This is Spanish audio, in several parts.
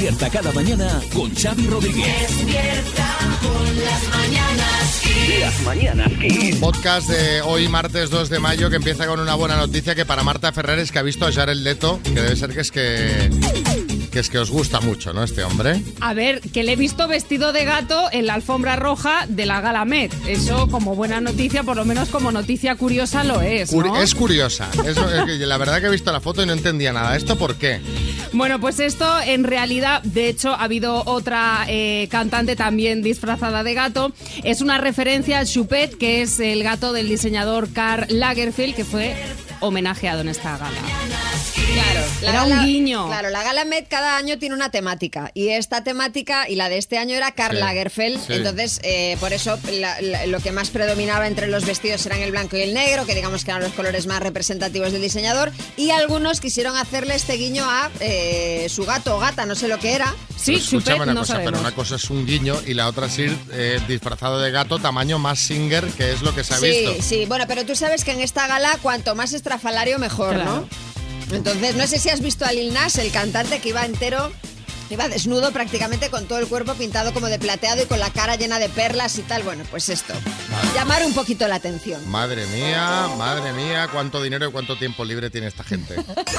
Despierta cada mañana con Xavi Rodríguez. Despierta con las mañanas Kiss. Las mañanas Kiss. Podcast de hoy, martes 2 de mayo, que empieza con una buena noticia que para Marta Ferrer es que ha visto a Jared Leto, que debe ser que es que os gusta mucho, ¿no, este hombre? A ver, que le he visto vestido de gato en la alfombra roja de la Gala Met. Eso, como buena noticia, por lo menos como noticia curiosa lo es, ¿no? Es curiosa. La verdad que he visto la foto y no entendía nada. ¿Esto por qué? Bueno, pues esto en realidad, de hecho, ha habido otra cantante también disfrazada de gato. Es una referencia al Choupette, que es el gato del diseñador Karl Lagerfeld, que fue homenajeado en esta gala. Claro, Era un guiño. Claro, la Gala Met cada año tiene una temática y esta temática y la de este año era Karl Lagerfeld. Sí. Entonces, por eso lo que más predominaba entre los vestidos eran el blanco y el negro, que digamos que eran los colores más representativos del diseñador, y algunos quisieron hacerle este guiño a su gato o gata, no sé lo que era. Sí, Escúchame Choupette, una no cosa, sabemos. pero una cosa es un guiño y la otra es ir disfrazado de gato tamaño más Singer, que es lo que se ha visto. Sí, bueno, pero tú sabes que en esta gala cuanto más estrafalario mejor, Claro. ¿no? Entonces, no sé si has visto a Lil Nas, el cantante que iba entero, iba desnudo prácticamente con todo el cuerpo pintado como de plateado y con la cara llena de perlas y tal. Bueno, pues esto. Llamar un poquito la atención. Madre mía, cuánto dinero y cuánto tiempo libre tiene esta gente.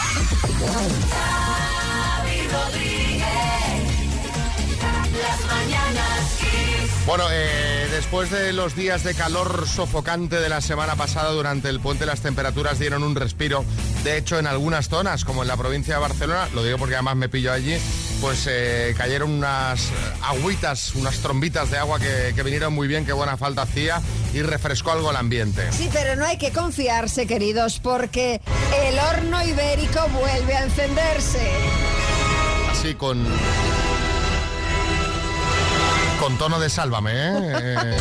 Bueno, después de los días de calor sofocante de la semana pasada, durante el puente las temperaturas dieron un respiro. De hecho, en algunas zonas, como en la provincia de Barcelona, lo digo porque además me pillo allí, pues cayeron unas agüitas, unas trombitas de agua que vinieron muy bien, qué buena falta hacía, y refrescó algo el ambiente. Sí, pero no hay que confiarse, queridos, porque el horno ibérico vuelve a encenderse. Así con tono de sálvame, ¿eh?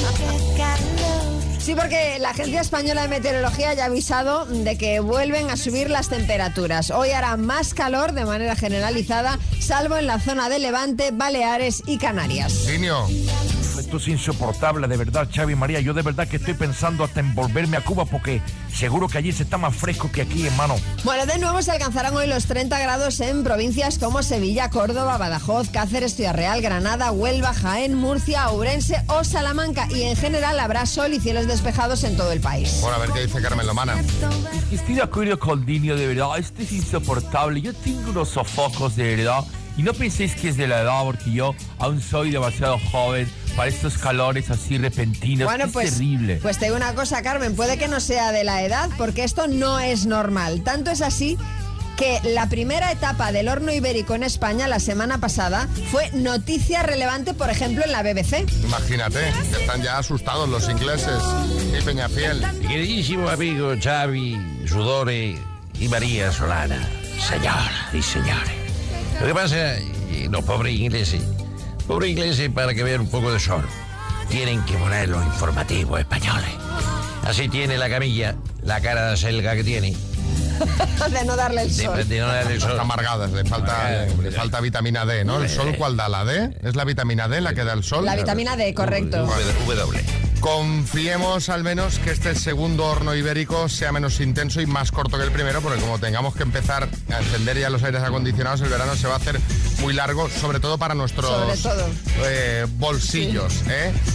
Sí, porque la Agencia Española de Meteorología ya ha avisado de que vuelven a subir las temperaturas. Hoy hará más calor de manera generalizada, salvo en la zona de Levante, Baleares y Canarias. Linio. Esto es insoportable, de verdad, Xavi y María. Yo de verdad que estoy pensando hasta en volverme a Cuba porque seguro que allí se está más fresco que aquí, hermano. Bueno, de nuevo se alcanzarán hoy los 30 grados en provincias como Sevilla, Córdoba, Badajoz, Cáceres, Ciudad Real, Granada, Huelva, Jaén, Murcia, Ourense o Salamanca. Y en general habrá sol y cielos despejados en todo el país. Bueno, a ver qué dice Carmen Lomana. Estoy de acuerdo con Dinio, de verdad. Esto es insoportable. Yo tengo unos sofocos, de verdad. Y no penséis que es de la edad, porque yo aún soy demasiado joven para estos calores así repentinos. Bueno, es pues, terrible. Pues te digo una cosa, Carmen, puede que no sea de la edad, porque esto no es normal. Tanto es así que la primera etapa del horno ibérico en España la semana pasada fue noticia relevante, por ejemplo, en la BBC. Imagínate, que están ya asustados los ingleses y Peñafiel. Queridísimo amigo Xavi, Sudore y María Solana, señoras y señores. Lo que pasa, los pobres ingleses, para que vean un poco de sol, tienen que poner los informativos españoles. Así tiene la camilla, la cara de selga que tiene. De no darle el sol. De no darle el sol. Están amargadas, le falta vitamina D, ¿no? ¿El sol cuál da? ¿La D? ¿Es la vitamina D la que da el sol? La vitamina D, correcto. W. Confiemos al menos que este segundo horno ibérico sea menos intenso y más corto que el primero, porque como tengamos que empezar a encender ya los aires acondicionados, el verano se va a hacer muy largo, sobre todo para nuestros bolsillos. Sí.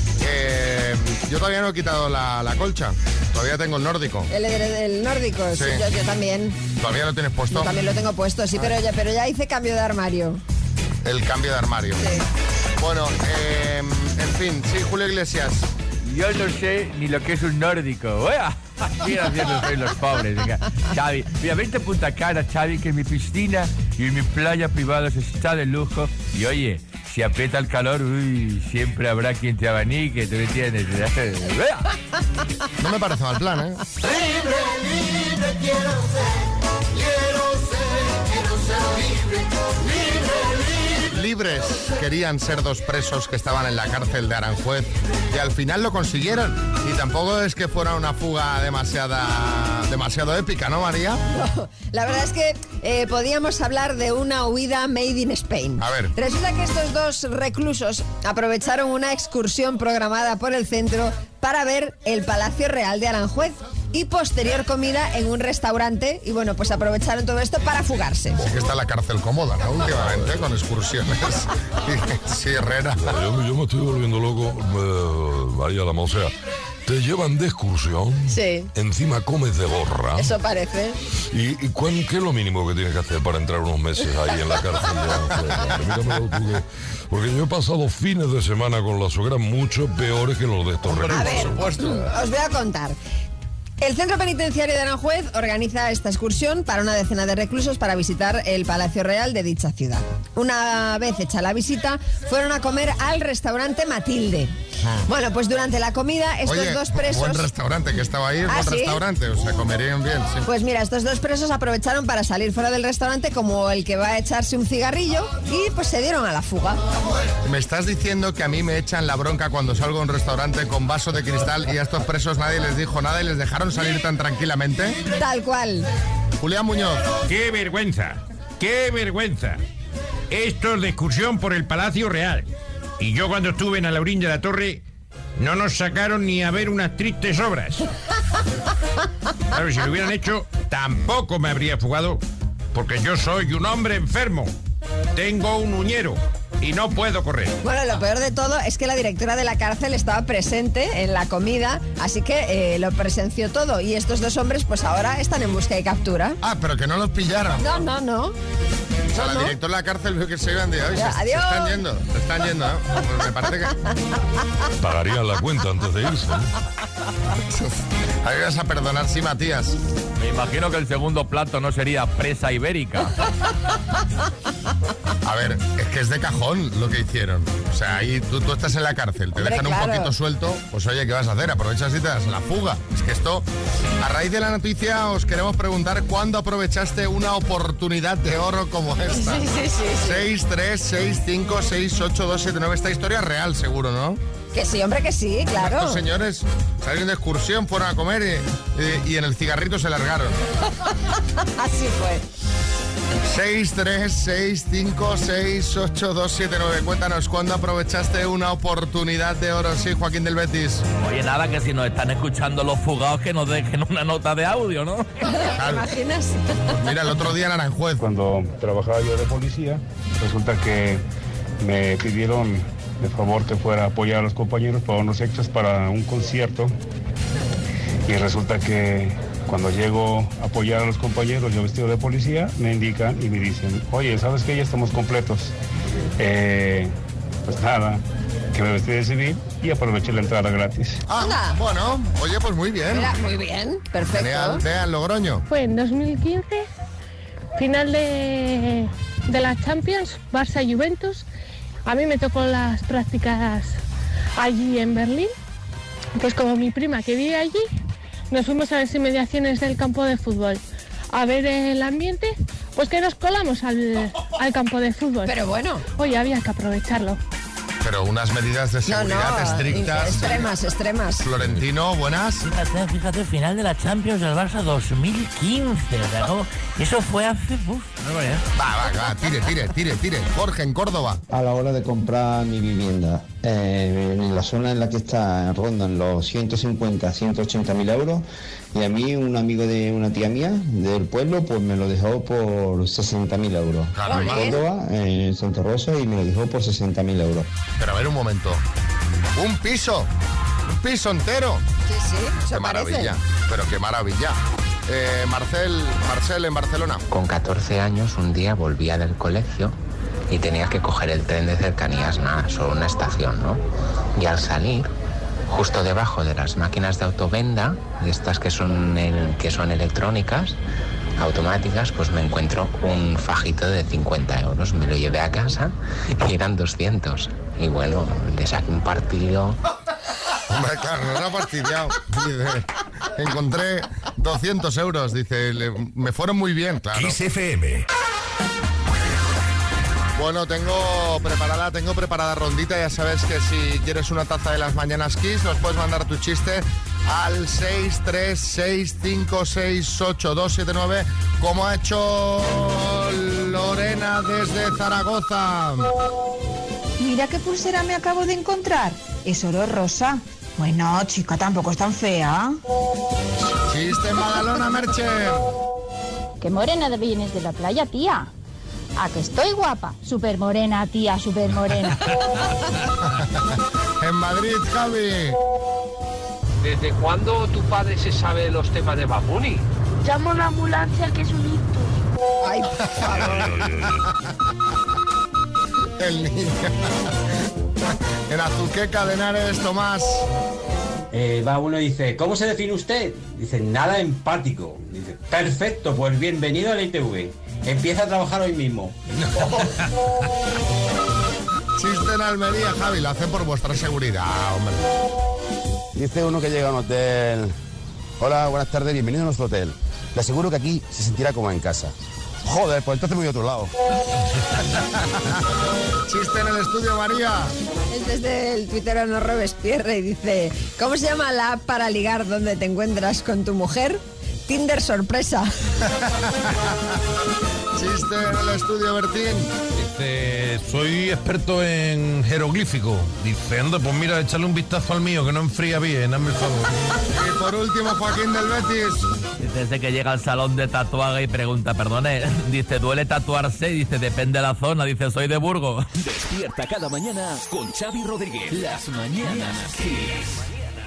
Yo todavía no he quitado la colcha, todavía tengo el nórdico. El nórdico, sí. Yo también. ¿Todavía lo tienes puesto? Yo también lo tengo puesto, sí, pero ya hice cambio de armario. El cambio de armario. Sí. Bueno, en fin, sí, Julio Iglesias. Yo no sé ni lo que es un nórdico. Mira, haciendo soy los pobres. Venga, Xavi, mira, vente a Punta Cana, Xavi, que mi piscina y mi playa privada está de lujo. Y oye, si aprieta el calor, siempre habrá quien te abanique, ¿tú me entiendes? No me parece mal plan, ¿eh? Libre, libre quiero ser libre, libre. Libres querían ser dos presos que estaban en la cárcel de Aranjuez y al final lo consiguieron. Y tampoco es que fuera una fuga demasiado épica, ¿no, María? No, la verdad es que podíamos hablar de una huida made in Spain. A ver. Resulta que estos dos reclusos aprovecharon una excursión programada por el centro para ver el Palacio Real de Aranjuez. y posterior comida en un restaurante. Y bueno, pues aprovecharon todo esto para fugarse. Sí que está la cárcel cómoda, ¿no? Últimamente, con excursiones. Sí, Herrera. Yo me estoy volviendo loco, María Lama, o sea, te llevan de excursión, Sí. encima comes de gorra. Eso parece. ¿Y qué es lo mínimo que tienes que hacer para entrar unos meses ahí en la cárcel? Míramelo tú, porque yo he pasado fines de semana con la suegra mucho peores que los de estos Hombre, A por ver, supuesto. os voy a contar. El Centro Penitenciario de Aranjuez organiza esta excursión para una decena de reclusos para visitar el Palacio Real de dicha ciudad. Una vez hecha la visita, fueron a comer al restaurante Matilde. Bueno, pues durante la comida, estos Oye, dos presos... buen restaurante, que estaba ahí, es ¿Ah, buen sí? restaurante, o sea, comerían bien, sí. Pues mira, estos dos presos aprovecharon para salir fuera del restaurante como el que va a echarse un cigarrillo y pues se dieron a la fuga. Me estás diciendo que a mí me echan la bronca cuando salgo a un restaurante con vaso de cristal y a estos presos nadie les dijo nada y les dejaron salir tan tranquilamente. Tal cual. Julián Muñoz. ¡Qué vergüenza! ¡Qué vergüenza! Esto es de excursión por el Palacio Real. Y yo cuando estuve en Alaurín de la Torre, no nos sacaron ni a ver unas tristes obras. Claro, si lo hubieran hecho, tampoco me habría fugado, porque yo soy un hombre enfermo. Tengo un uñero y no puedo correr. Bueno, lo peor de todo es que la directora de la cárcel estaba presente en la comida, así que lo presenció todo. Y estos dos hombres pues ahora están en busca y captura. Ah, pero que no los pillaron. No. O sea, la directora de la cárcel vio que se iban de hoy. Ya, Se adiós. están yendo, ¿no? Pues me parece que... Pagarían la cuenta antes de irse, ¿no? Ahí vas a perdonar, sí, Matías. Me imagino que el segundo plato no sería presa ibérica. A ver, es que es de cajón lo que hicieron. O sea, ahí tú estás en la cárcel, te Hombre, dejan claro. un poquito suelto, pues oye, ¿qué vas a hacer? Aprovechas y te das la fuga. Es que esto, a raíz de la noticia, os queremos preguntar cuándo aprovechaste una oportunidad de oro como esta. Sí. 6, 3, 6, 5, 6, 8, 2, 7, 9. Esta historia es real, seguro, ¿no? Que sí, hombre, que sí, claro. Estos señores salieron de excursión, fueron a comer y en el cigarrito se largaron. Así fue. 6, 3, 6, 5, 6, 8, 2, 7, 9. Cuéntanos, ¿cuándo aprovechaste una oportunidad de oro? Sí, Joaquín del Betis. Oye, nada, que si nos están escuchando los fugados, que nos dejen una nota de audio, ¿no? ¿Te imaginas? Pues mira, el otro día en Aranjuez. Cuando trabajaba yo de policía, resulta que me pidieron de favor que fuera a apoyar a los compañeros para unos extras para un concierto. Y resulta que cuando llego a apoyar a los compañeros, yo vestido de policía, me indican y me dicen, oye, ¿sabes qué? Ya estamos completos. Pues nada, que me vestí de civil y aproveché la entrada gratis. Anda. Bueno, oye, pues muy bien. Mira, muy bien, perfecto. Genial, vean Logroño. Fue en 2015, final de la Champions, Barça-Juventus. A mí me tocó las prácticas allí en Berlín. Pues como mi prima que vive allí, nos fuimos a las inmediaciones del campo de fútbol a ver el ambiente, pues que nos colamos al campo de fútbol. Pero bueno. Oye, había que aprovecharlo. Pero unas medidas de seguridad estrictas. Extremas. Florentino, buenas. Fíjate, final de la Champions del Barça 2015. O sea, ¿cómo? Eso fue hace... Va, tire. Jorge, en Córdoba. A la hora de comprar mi vivienda, en la zona en la que está, rondan los 150, 180 mil euros, y a mí un amigo de una tía mía del pueblo, pues me lo dejó por 60 mil euros. Claro, En Córdoba, en Santa Rosa, y me lo dejó por 60 mil euros. Pero a ver un momento. Un piso entero. Sí, eso Qué maravilla, pero qué maravilla. Marcel, en Barcelona. Con 14 años un día volvía del colegio y tenía que coger el tren de cercanías, nada, solo una estación, ¿no? Y al salir, justo debajo de las máquinas de autovenda, de estas que son electrónicas, automáticas, pues me encuentro un fajito de 50 euros. Me lo llevé a casa y eran 200. Y bueno, le saqué un partido. Hombre, claro, nos ha fastidiado. Dice, encontré 200 euros. Dice, me fueron muy bien, claro. Kiss FM. Bueno, tengo preparada rondita. Ya sabes que si quieres una taza de las mañanas Kiss, nos puedes mandar tu chiste al 636568279, como ha hecho Lorena desde Zaragoza. Mira qué pulsera me acabo de encontrar. Es oro rosa. Bueno, chica, tampoco es tan fea. Chiste en Badalona, Merche. Qué morena vienes de la playa, tía. ¿A que estoy guapa? Súper morena, tía, súper morena. En Madrid, Javi. ¿Desde cuándo tu padre se sabe los temas de Bad Bunny? Llamo a una ambulancia que es un ictus. Ay, por favor. El niño. En Azuqueca de Henares, Tomás. Va uno y dice, ¿cómo se define usted? Dice, nada empático. Dice, perfecto, pues bienvenido a la ITV. Empieza a trabajar hoy mismo. Chiste en Almería, Javi, lo hacen por vuestra seguridad, hombre. Dice uno que llega a un hotel. Hola, buenas tardes, bienvenido a nuestro hotel. Le aseguro que aquí se sentirá como en casa. Joder, pues entonces me voy a otro lado. Chiste en el estudio, María. Es desde el tuitero Robespierre y dice, ¿cómo se llama la app para ligar donde te encuentras con tu mujer? Tinder sorpresa. Chiste en el estudio, Bertín. Dice, soy experto en jeroglífico. Dice, anda, pues mira, échale un vistazo al mío, que no enfría bien, hazme el favor. Y por último, Joaquín del Betis. Desde que llega al salón de tatuaje y pregunta, perdone, dice, ¿duele tatuarse? Y dice, depende de la zona, dice, soy de Burgos. Despierta cada mañana con Xavi Rodríguez. Las mañanas Kiss.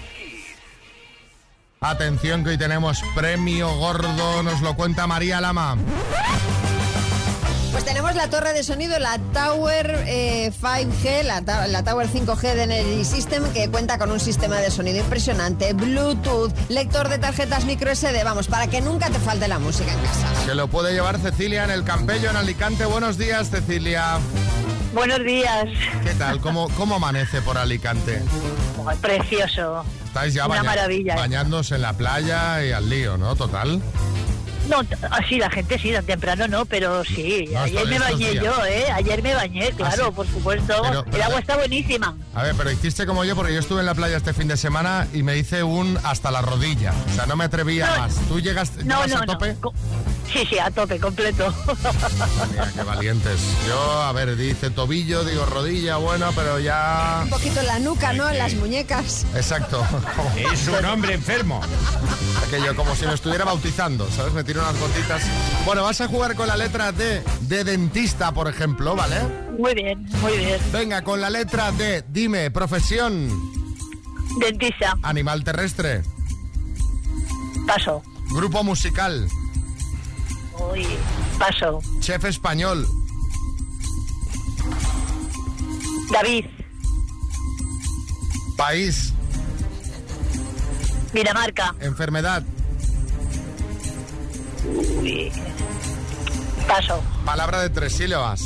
Atención que hoy tenemos premio gordo, nos lo cuenta María Lama. Pues tenemos la torre de sonido, la Tower 5G, la Tower 5G de Energy System, que cuenta con un sistema de sonido impresionante, Bluetooth, lector de tarjetas micro SD, vamos, para que nunca te falte la música en casa. Se lo puede llevar Cecilia en el Campello, en Alicante. Buenos días, Cecilia. Buenos días. ¿Qué tal? ¿Cómo amanece por Alicante? Precioso. Estáis ya Una maravilla. bañándose en la playa y al lío, ¿no? Total. No, así la gente sí, tan temprano no, pero sí. No, ayer me bañé yo, Ayer me bañé, claro, sí. Por supuesto. Pero el agua está buenísima. A ver, pero hiciste como yo, porque yo estuve en la playa este fin de semana y me hice un hasta la rodilla. O sea, no me atrevía más. ¿Tú llegas a tope? Sí, a tope, completo. Mira, qué valientes. Yo, a ver, dice tobillo, digo rodilla, bueno, pero ya... Un poquito en la nuca, ¿no? En las muñecas. Exacto. Es un hombre enfermo. Aquello, como si me estuviera bautizando, ¿sabes? Me tiro unas gotitas. Bueno, vas a jugar con la letra D de dentista, por ejemplo, ¿vale? Muy bien, muy bien. Venga, con la letra D, dime, profesión. Dentista. Animal terrestre. Paso. Grupo musical. Uy, paso. Chef español. David. País. Dinamarca. Enfermedad. Uy. Paso. Palabra de 3 sílabas.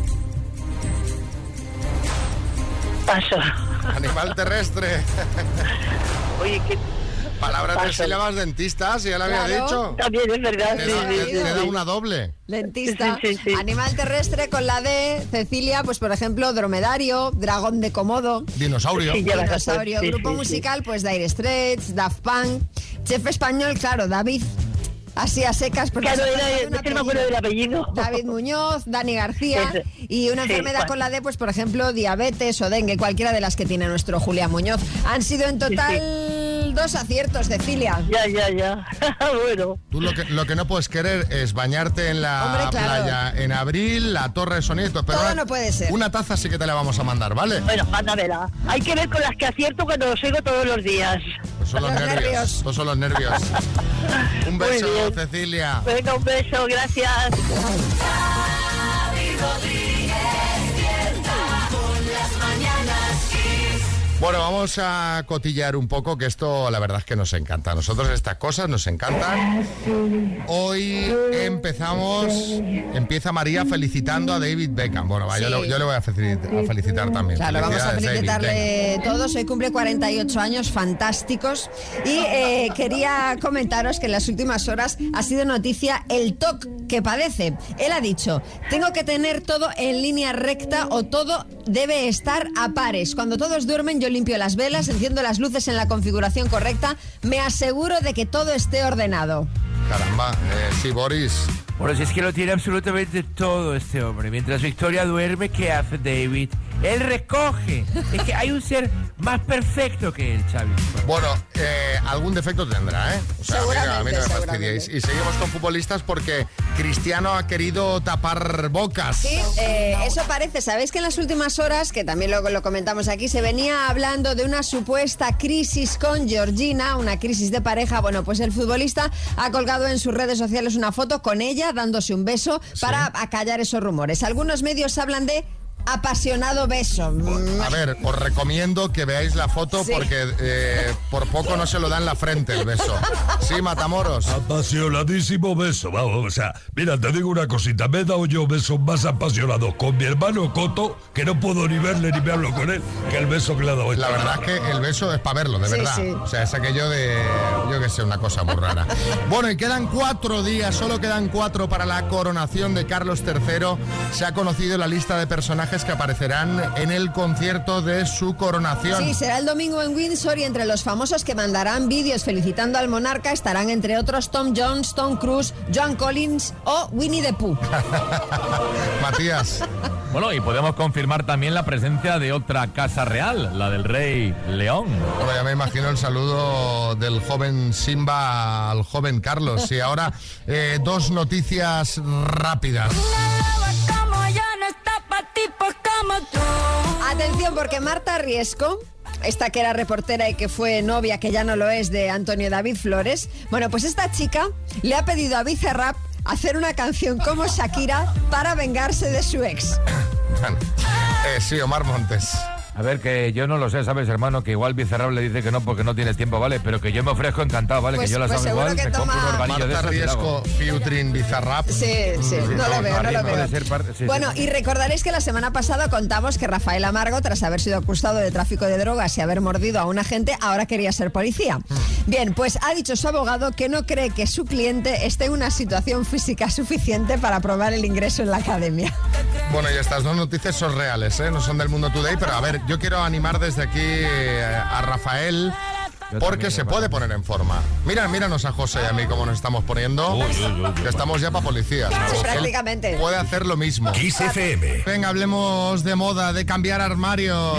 Paso. Animal terrestre. Oye, qué... Palabra de 3 sílabas, dentista, si ya lo había dicho. También es verdad. Te da una doble. Dentista. Sí. Animal terrestre con la D, Cecilia, pues por ejemplo, dromedario, dragón de Komodo. Dinosaurio. Dinosaurio. Grupo musical, pues Dire Straits, Daft Punk. Chef español, claro, David. Así a secas, porque claro, no me acuerdo del apellido. David Muñoz, Dani García. Eso. Y una enfermedad con la D, pues por ejemplo, diabetes o dengue, cualquiera de las que tiene nuestro Julián Muñoz. Han sido en total 2 aciertos, Cecilia. Ya. Bueno. Tú lo que no puedes querer es bañarte en la playa en abril, la torre de sonido. Pero todo no puede ser. Una taza sí que te la vamos a mandar, ¿vale? Bueno, mándamela. Hay que ver con las que acierto cuando los oigo todos los días. Pues son los nervios. Esos son los nervios. Un beso, Cecilia. Venga, un beso, gracias. Bueno, vamos a cotillear un poco, que esto la verdad es que nos encanta. A nosotros estas cosas nos encantan. Hoy empieza María felicitando a David Beckham. Bueno, va, yo le voy a felicitar también. Claro, vamos a felicitarle todos. Hoy cumple 48 años fantásticos. Y quería comentaros que en las últimas horas ha sido noticia el TOC que padece. Él ha dicho, tengo que tener todo en línea recta o todo debe estar a pares. Cuando todos duermen, yo limpio las velas, enciendo las luces en la configuración correcta, me aseguro de que todo esté ordenado. Caramba, sí, Boris. Bueno, si es que lo tiene absolutamente todo este hombre. Mientras Victoria duerme, ¿qué hace David? Él recoge. Es que hay un ser más perfecto que él, Xavi. Bueno, algún defecto tendrá, ¿eh? O sea, a mí no me fastidiéis. Y seguimos con futbolistas porque Cristiano ha querido tapar bocas. Sí, eso parece. Sabéis que en las últimas horas, que también lo comentamos aquí, se venía hablando de una supuesta crisis con Georgina, una crisis de pareja. Bueno, pues el futbolista ha colgado en sus redes sociales una foto con ella dándose un beso para acallar esos rumores. Algunos medios hablan de apasionado beso. A ver, os recomiendo que veáis la foto porque por poco no se lo da en la frente el beso. Sí, Matamoros. Apasionadísimo beso, vamos, o sea, mira, te digo una cosita, me he dado yo besos más apasionados con mi hermano Coto, que no puedo ni verle ni me hablo con él, que el beso que le ha dado. La verdad es que el beso es para verlo, de verdad. Sí. O sea, es aquello de, yo que sé, una cosa muy rara. Bueno, y quedan 4 días, solo quedan 4 para la coronación de Carlos III. Se ha conocido la lista de personajes que aparecerán en el concierto de su coronación. Sí, será el domingo en Windsor y entre los famosos que mandarán vídeos felicitando al monarca estarán entre otros Tom Jones, Tom Cruise, Joan Collins o Winnie the Pooh. Matías. Bueno, y podemos confirmar también la presencia de otra casa real, la del rey León. Bueno, ya me imagino el saludo del joven Simba al joven Carlos. Y ahora 2 noticias rápidas. Atención, porque Marta Riesco, esta que era reportera y que fue novia, que ya no lo es, de Antonio David Flores, bueno, pues esta chica le ha pedido a Bizarrap hacer una canción como Shakira para vengarse de su ex. Sí, Omar Montes. A ver, que yo no lo sé, ¿sabes, hermano? Que igual Bizarrap le dice que no porque no tiene tiempo, ¿vale? Pero que yo me ofrezco encantado, ¿vale? Pues, que yo la hago igual, me compro un organillo de esos. Marta Riesco, featuring Bizarrap. Sí, no lo veo. Bueno, y recordaréis que la semana pasada contamos que Rafael Amargo, tras haber sido acusado de tráfico de drogas y haber mordido a un agente, ahora quería ser policía. Bien, pues ha dicho su abogado que no cree que su cliente esté en una situación física suficiente para aprobar el ingreso en la academia. Bueno, y estas 2 noticias son reales, ¿eh? No son del Mundo Today, pero a ver, yo quiero animar desde aquí a Rafael porque se puede poner en forma. Míranos a José y a mí cómo nos estamos poniendo, que estamos ya para policías, ¿no? Sí, prácticamente. Él puede hacer lo mismo. Kiss FM. Venga, hablemos de moda, de cambiar armarios.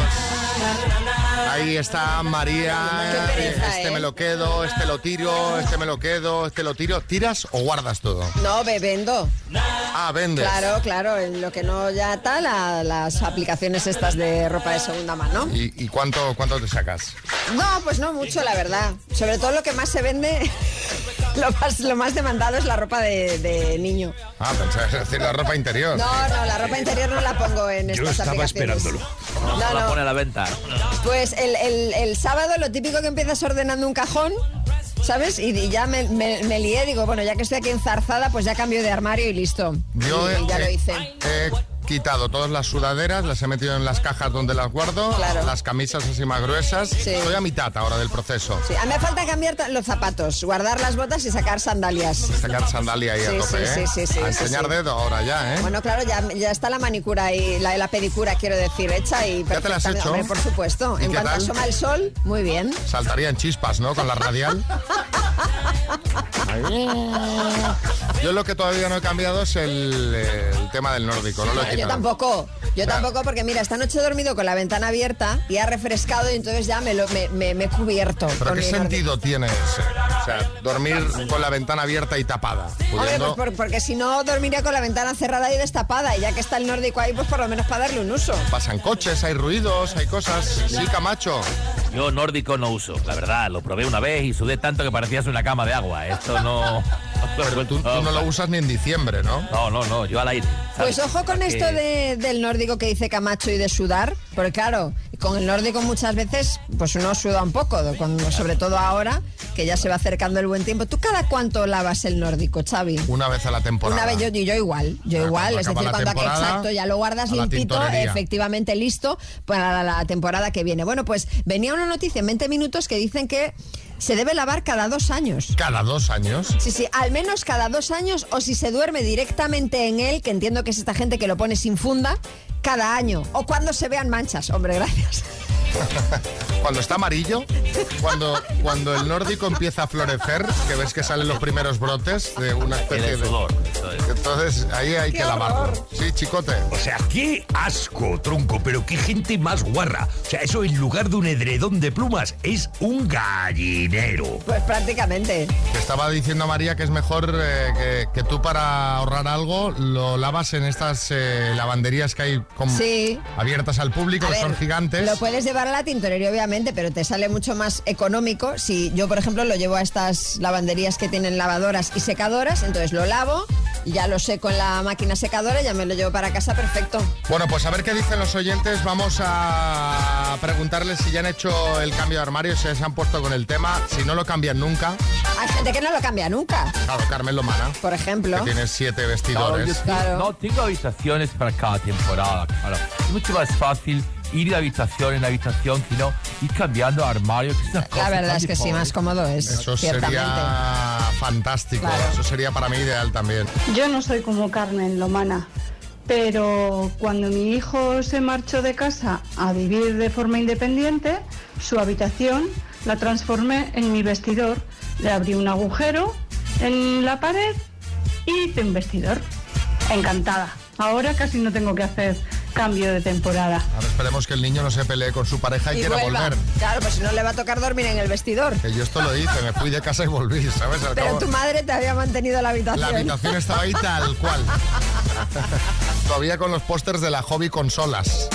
Ahí está María. Pereza, me lo quedo, este lo tiro, este me lo quedo, este lo tiro. ¿Tiras o guardas todo? No, vendo. Ah, vendes. Claro, en lo que no ya está, las aplicaciones estas de ropa de segunda mano. ¿Y cuánto te sacas? No, pues no mucho, la verdad. Sobre todo lo que más se vende, lo más demandado es la ropa de niño. Ah, pensaba decir la ropa interior. No, la ropa interior no la pongo en estas aplicaciones. Yo estaba esperándolo. No la pone a la venta. Pues el sábado lo típico que empiezas ordenando un cajón, ¿sabes? Y ya me lié, digo, bueno, ya que estoy aquí enzarzada, pues ya cambio de armario y listo. Y ya lo hice. He quitado todas las sudaderas, las he metido en las cajas donde las guardo, claro. Las camisas así más gruesas. Sí. Estoy a mitad ahora del proceso. Sí, a mí me falta cambiar los zapatos, guardar las botas y sacar sandalias. Sacar sandalia ahí a tope, sí, a enseñar dedo ahora ya, ¿eh? Bueno, claro, ya está la manicura y la pedicura, quiero decir, hecha y ¿ya te la has hecho? Hombre, por supuesto. En cuanto asoma el sol, muy bien. Saltarían chispas, ¿no? Con la radial. Yo lo que todavía no he cambiado es el tema del nórdico, no lo he quitado. Yo tampoco, porque mira, esta noche he dormido con la ventana abierta y ha refrescado y entonces ya me he cubierto. ¿Pero qué sentido tiene ese? O sea, dormir con la ventana abierta y tapada. Hombre, pues porque si no dormiría con la ventana cerrada y destapada, y ya que está el nórdico ahí, pues por lo menos para darle un uso. Pasan coches, hay ruidos, hay cosas. Sí, Camacho. Yo nórdico no uso, la verdad, lo probé una vez y sudé tanto que parecías una cama de agua. Esto no... Pero tú no lo usas ni en diciembre, ¿no? No, yo al aire. ¿sabes? Pues ojo con esto del nórdico que dice Camacho y de sudar, porque claro, con el nórdico muchas veces pues uno suda un poco, sobre todo ahora, que ya se va acercando el buen tiempo. ¿Tú cada cuánto lavas el nórdico, Xavi? Una vez a la temporada. Una vez, yo igual, es decir, cuando ya lo guardas limpito, efectivamente listo para la temporada que viene. Bueno, pues venía una noticia en 20 minutos que dicen que se debe lavar cada 2 años. ¿Cada 2 años? Sí, al menos cada 2 años, o si se duerme directamente en él, que entiendo que es esta gente que lo pone sin funda, cada año. O cuando se vean manchas. Hombre, gracias. Cuando está amarillo, cuando el nórdico empieza a florecer, que ves que salen los primeros brotes de una especie de sudor. Entonces ahí hay que lavarlo. Sí, Chicote. O sea, qué asco, tronco, pero qué gente más guarra. O sea, eso en lugar de un edredón de plumas es un gallinero. Pues prácticamente. Te estaba diciendo María que es mejor que tú para ahorrar algo lo lavas en estas lavanderías que hay abiertas al público, que son gigantes. Lo puedes llevar a la tintorería, obviamente, pero te sale mucho más económico si yo, por ejemplo, lo llevo a estas lavanderías que tienen lavadoras y secadoras, entonces lo lavo y ya lo seco en la máquina secadora y ya me lo llevo para casa perfecto. Bueno, pues a ver qué dicen los oyentes. Vamos a preguntarles si ya han hecho el cambio de armario, si se han puesto con el tema, si no lo cambian nunca. Hay gente que no lo cambia nunca. Claro, Carmen Lomana. Por ejemplo. Que tienes 7 vestidores. Claro. No, tengo habitaciones para cada temporada, claro. Es mucho más fácil ir de habitación en habitación, sino ir cambiando armario. Que es una cosa la verdad es que sí, más cómodo es. Eso ciertamente. Sería fantástico. Claro. Eso sería para mí ideal también. Yo no soy como Carmen Lomana, pero cuando mi hijo se marchó de casa a vivir de forma independiente, su habitación la transformé en mi vestidor. Le abrí un agujero en la pared y hice un vestidor. Encantada. Ahora casi no tengo que hacer cambio de temporada. Ahora esperemos que el niño no se pelee con su pareja y quiera vuelva. volver. Claro, pues si no le va a tocar dormir en el vestidor. Que yo esto lo hice, me fui de casa y volví, ¿sabes? Pero tu madre te había mantenido la habitación. La habitación estaba ahí tal cual. Todavía con los pósters de la Hobby Consolas.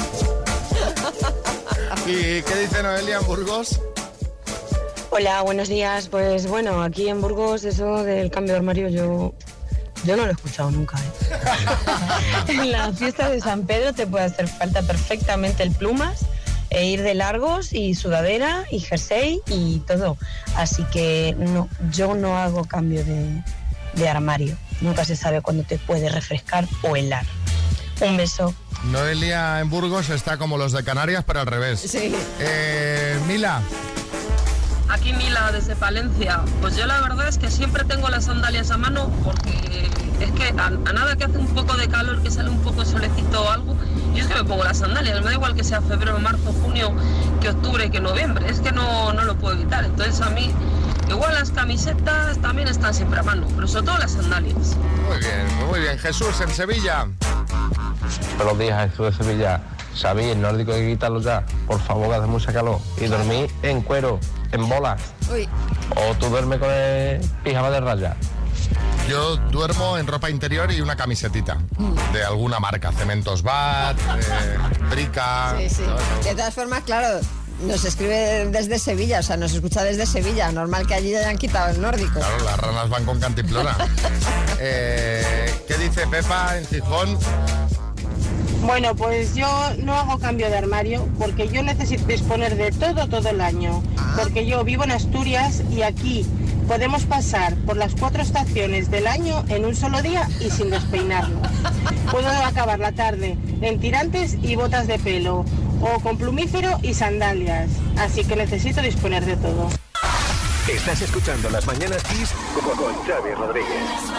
¿Y qué dice Noelia en Burgos? Hola, buenos días. Pues bueno, aquí en Burgos eso del cambio de armario yo no lo he escuchado nunca. En la fiesta de San Pedro te puede hacer falta perfectamente el plumas e ir de largos y sudadera y jersey y todo. Así que no, yo no hago cambio de armario. Nunca se sabe cuándo te puede refrescar o helar. Un beso. Noelia en Burgos está como los de Canarias, pero al revés. Sí. Mila. Aquí Mila, desde Palencia. Pues yo la verdad es que siempre tengo las sandalias a mano porque es que a nada que hace un poco de calor, que sale un poco solecito o algo, yo es que me pongo las sandalias. Me da igual que sea febrero, marzo, junio, que octubre, que noviembre. Es que no lo puedo evitar. Entonces a mí, igual las camisetas también están siempre a mano, pero sobre todo las sandalias. Muy bien. Jesús, en Sevilla. Buenos días, Jesús de Sevilla. Xavi, el nórdico hay que quitarlo ya. Por favor, que hace mucha calor. Y dormir en cuero, en bolas. Uy. O tú duermes con el pijama de raya. Yo duermo en ropa interior y una camisetita de alguna marca. Cementos Bat, Brica. Sí. De todas formas, claro, nos escribe desde Sevilla, o sea, nos escucha desde Sevilla. Normal que allí hayan quitado el nórdico. Claro, las ranas van con cantimplora. ¿Qué dice Pepa en Gijón? Bueno, pues yo no hago cambio de armario porque yo necesito disponer de todo el año. Porque yo vivo en Asturias y aquí podemos pasar por las 4 estaciones del año en un solo día y sin despeinarnos. Puedo acabar la tarde en tirantes y botas de pelo o con plumífero y sandalias. Así que necesito disponer de todo. Estás escuchando Las Mañanas Kiss con Xavi Rodríguez.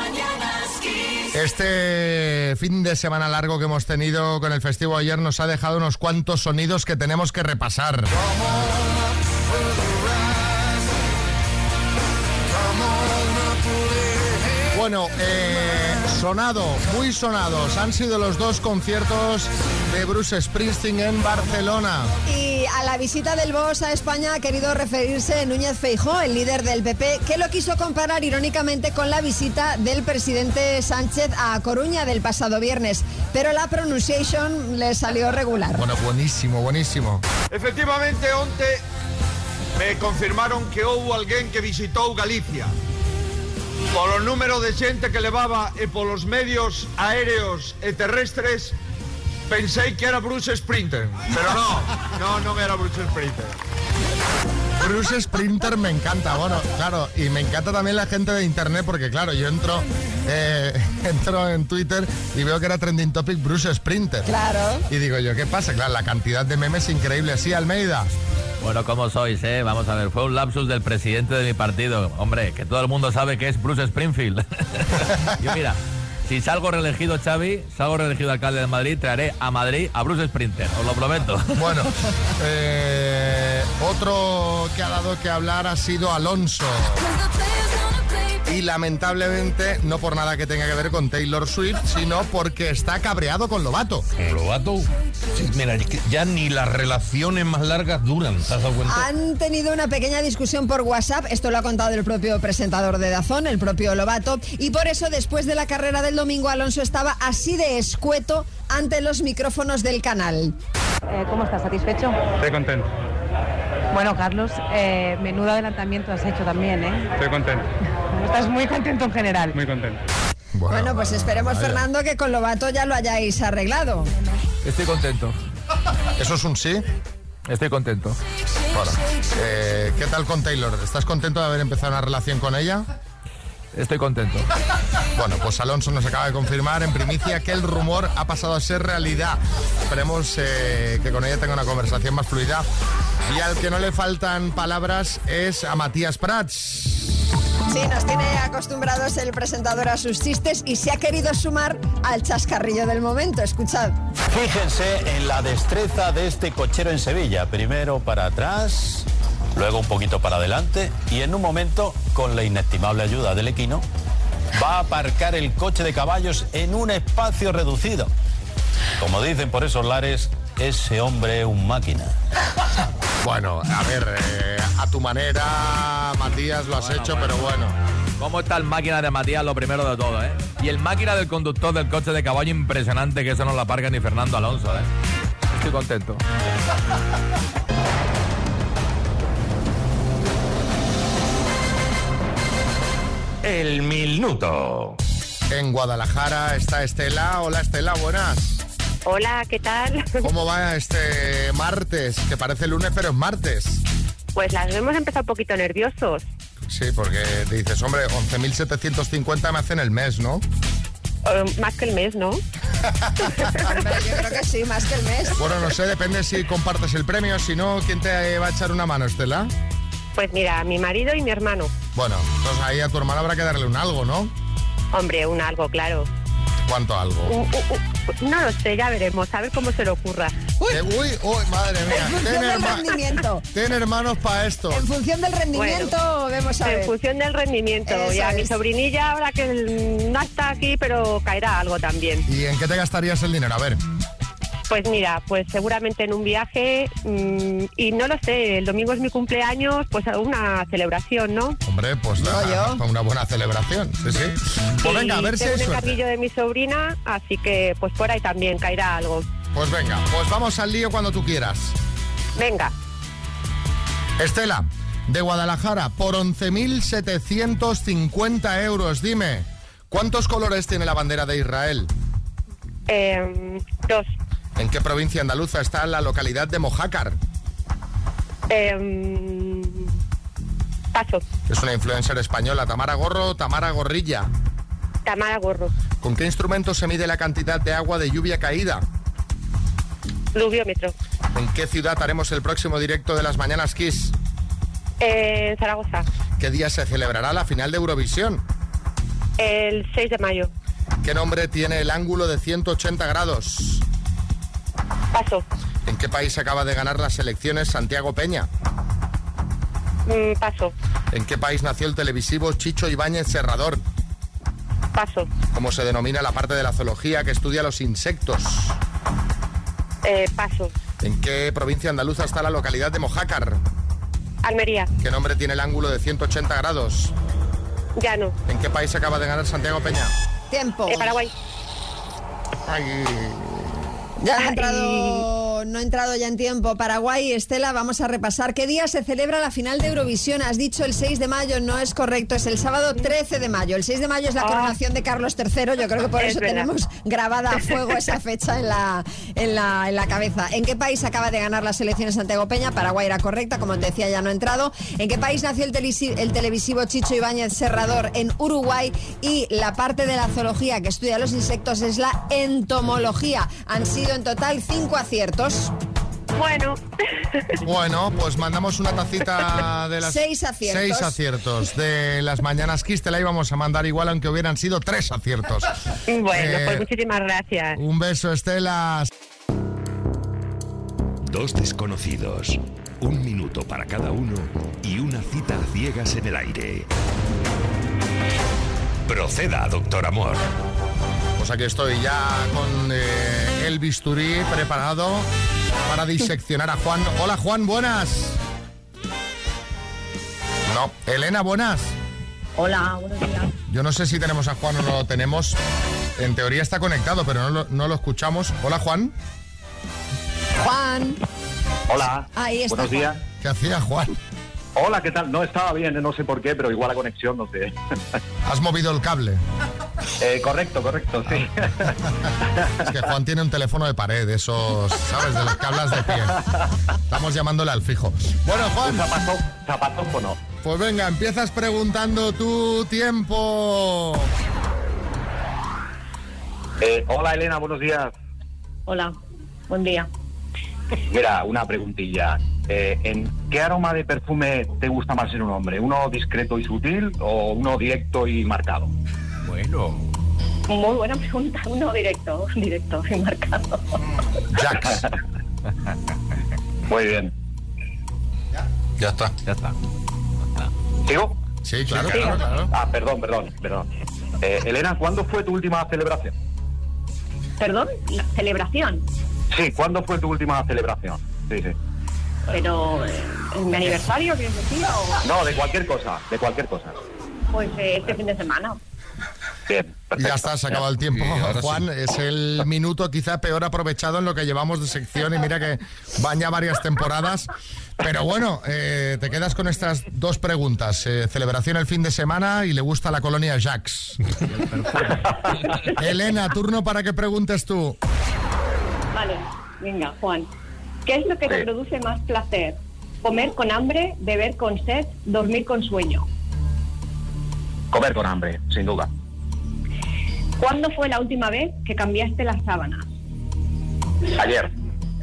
Este fin de semana largo que hemos tenido con el festivo ayer nos ha dejado unos cuantos sonidos que tenemos que repasar. Bueno, muy sonados han sido los 2 conciertos de Bruce Springsteen en Barcelona. Y a la visita del Boss a España ha querido referirse Núñez Feijóo, el líder del PP, que lo quiso comparar irónicamente con la visita del presidente Sánchez a Coruña del pasado viernes. Pero la pronunciation le salió regular. Bueno, buenísimo. Efectivamente, onte me confirmaron que hubo alguén que visitou Galicia. Polo número de xente que levaba e polos medios aéreos e terrestres, pensei que era Bruce Springsteen, pero no era Bruce Springsteen. Bruce Springsteen me encanta, bueno, claro, y me encanta también la gente de internet porque, claro, yo entro en Twitter y veo que era trending topic Bruce Springsteen. Claro. Y digo yo, ¿qué pasa? Claro, la cantidad de memes increíble. Sí, Almeida. Bueno, ¿cómo sois, Vamos a ver, fue un lapsus del presidente de mi partido. Hombre, que todo el mundo sabe que es Bruce Springfield. Yo, mira, si salgo reelegido, Xavi, salgo reelegido alcalde de Madrid, traeré a Madrid a Bruce Springsteen, os lo prometo. Bueno, otro que ha dado que hablar ha sido Alonso. y lamentablemente no por nada que tenga que ver con Taylor Swift, sino porque está cabreado con Lovato. ¿Lovato? Sí, mira, ya ni las relaciones más largas duran, ¿te has dado cuenta? Han tenido una pequeña discusión por WhatsApp, esto lo ha contado el propio presentador de DAZN, el propio Lovato, y por eso después de la carrera del domingo Alonso estaba así de escueto ante los micrófonos del canal. ¿Cómo estás? ¿Satisfecho? Estoy contento. Bueno, Carlos, menudo adelantamiento has hecho también, ¿eh? Estoy contento. Estás muy contento en general. Muy contento. Bueno, pues esperemos, vaya. Fernando, que con Lovato ya lo hayáis arreglado. Estoy contento. ¿Eso es un sí? Estoy contento. Bueno, ¿qué tal con Taylor? ¿Estás contento de haber empezado una relación con ella? Estoy contento. Bueno, pues Alonso nos acaba de confirmar en primicia que el rumor ha pasado a ser realidad. Esperemos que con ella tenga una conversación más fluida. Y al que no le faltan palabras es a Matías Prats. Sí, nos tiene acostumbrados el presentador a sus chistes y se ha querido sumar al chascarrillo del momento. Escuchad. Fíjense en la destreza de este cochero en Sevilla. Primero para atrás, luego un poquito para adelante y en un momento, con la inestimable ayuda del equino, va a aparcar el coche de caballos en un espacio reducido. Como dicen por esos lares, ese hombre es un máquina. Bueno, a ver, a tu manera, Matías, lo has hecho, pero bueno. ¿Cómo está el máquina de Matías? Lo primero de todo, ¿eh? Y el máquina del conductor del coche de caballo, impresionante, que eso no lo aparca ni Fernando Alonso, ¿eh? Estoy contento. El minuto. En Guadalajara está Estela. Hola, Estela, buenas. Hola, ¿qué tal? ¿Cómo va este martes? Que parece lunes, pero es martes. Pues las hemos empezado un poquito nerviosos. Sí, porque dices, hombre, 11.750 me hacen el mes, ¿no? Más que el mes, ¿no? Hombre, yo creo que sí, más que el mes. Bueno, no sé, depende si compartes el premio. Si no, ¿quién te va a echar una mano, Estela? Pues mira, mi marido y mi hermano. Bueno, entonces ahí a tu hermano habrá que darle un algo, ¿no? Hombre, un algo, claro. ¿Cuánto algo? No lo sé, ya veremos, a ver cómo se le ocurra. Uy, madre mía. En función del rendimiento. Tienen hermanos para esto. En función del rendimiento, vamos a ver. En función del rendimiento. Eso ya, es. mi sobrinilla, ahora que no está aquí, pero caerá algo también. ¿Y en qué te gastarías el dinero? A ver. Pues mira, pues seguramente en un viaje, y no lo sé, el domingo es mi cumpleaños, pues una celebración, ¿no? Hombre, pues una buena celebración, sí, sí. Pues venga, a ver si hay tengo un suerte. encarguillo de mi sobrina, así que pues por ahí también caerá algo. Pues venga, pues vamos al lío cuando tú quieras. Venga. Estela, de Guadalajara, por 11.750 euros, dime, ¿cuántos colores tiene la bandera de Israel? 2. ¿En qué provincia andaluza está la localidad de Mojácar? Paso. Es una influencer española, Tamara Gorro o Tamara Gorrilla. Tamara Gorro. ¿Con qué instrumento se mide la cantidad de agua de lluvia caída? Pluviómetro. ¿En qué ciudad haremos el próximo directo de las Mañanas Kiss? En Zaragoza. ¿Qué día se celebrará la final de Eurovisión? El 6 de mayo. ¿Qué nombre tiene el ángulo de 180 grados? Paso. ¿En qué país acaba de ganar las elecciones Santiago Peña? Paso. ¿En qué país nació el televisivo Chicho Ibáñez Serrador? Paso. ¿Cómo se denomina la parte de la zoología que estudia los insectos? Paso. ¿En qué provincia andaluza está la localidad de Mojácar? Almería. ¿Qué nombre tiene el ángulo de 180 grados? Llano. ¿En qué país acaba de ganar Santiago Peña? Tiempo. Paraguay. Ay. Ya no ha entrado ya en tiempo. Paraguay, Estela, vamos a repasar. ¿Qué día se celebra la final de Eurovisión? Has dicho el 6 de mayo, no es correcto, es el sábado 13 de mayo. El 6 de mayo es la coronación de Carlos III, yo creo que por eso tenemos grabada a fuego esa fecha en la cabeza. ¿En qué país acaba de ganar las elecciones Santiago Peña? Paraguay era correcta, como te decía, ya no ha entrado. ¿En qué país nació el televisivo Chicho Ibáñez Serrador? En Uruguay. Y la parte de la zoología que estudia los insectos es la entomología. Han sido en total 5 aciertos. Bueno, pues mandamos una tacita de las... 6 aciertos. 6 aciertos de las Mañanas Kiss. Te la íbamos a mandar igual aunque hubieran sido 3 aciertos. Bueno, pues muchísimas gracias. Un beso, Estela. Dos desconocidos, un minuto para cada uno y una cita a ciegas en el aire. Proceda, doctor Amor. Pues aquí estoy ya con el bisturí preparado para diseccionar a Juan. Hola, Juan, buenas. No, Elena, buenas. Hola, buenos días. Yo no sé si tenemos a Juan o no lo tenemos. En teoría está conectado, pero no lo escuchamos. Hola, Juan. Juan. Hola. Ahí está. Buenos días. ¿Qué hacía, Juan? Hola, ¿qué tal? No estaba bien, no sé por qué, pero igual la conexión, no sé. ¿Has movido el cable? Correcto, sí. Es que Juan tiene un teléfono de pared, esos, ¿sabes? De los que hablas de pie. Estamos llamándole al fijo. Bueno, Juan. Zapatos o no. Pues venga, empiezas preguntando tu tiempo. Hola, Elena, buenos días. Hola, buen día. Mira, una preguntilla. ¿En qué aroma de perfume te gusta más en un hombre? ¿Uno discreto y sutil o uno directo y marcado? Bueno. Muy buena pregunta. Uno directo y marcado. Jax. Muy bien. Ya está. ¿Sigo? Sí, claro. Ah, perdón. Elena, ¿cuándo fue tu última celebración? ¿Perdón? ¿La celebración? Sí, ¿cuándo fue tu última celebración? Sí. Pero, ¿en mi aniversario, quieres decir? O... No, de cualquier cosa. Pues este fin de semana. Bien, perfecto. Ya está, se acaba el tiempo. Juan, sí. Es el minuto quizá peor aprovechado en lo que llevamos de sección y mira que van ya varias temporadas. Pero bueno, te quedas con estas dos preguntas. Celebración el fin de semana y le gusta la colonia Jax. Elena, turno para que preguntes tú. Vale, venga, Juan. ¿Qué es lo que te produce más placer? ¿Comer con hambre, beber con sed, dormir con sueño? Comer con hambre, sin duda. ¿Cuándo fue la última vez que cambiaste las sábanas? Ayer.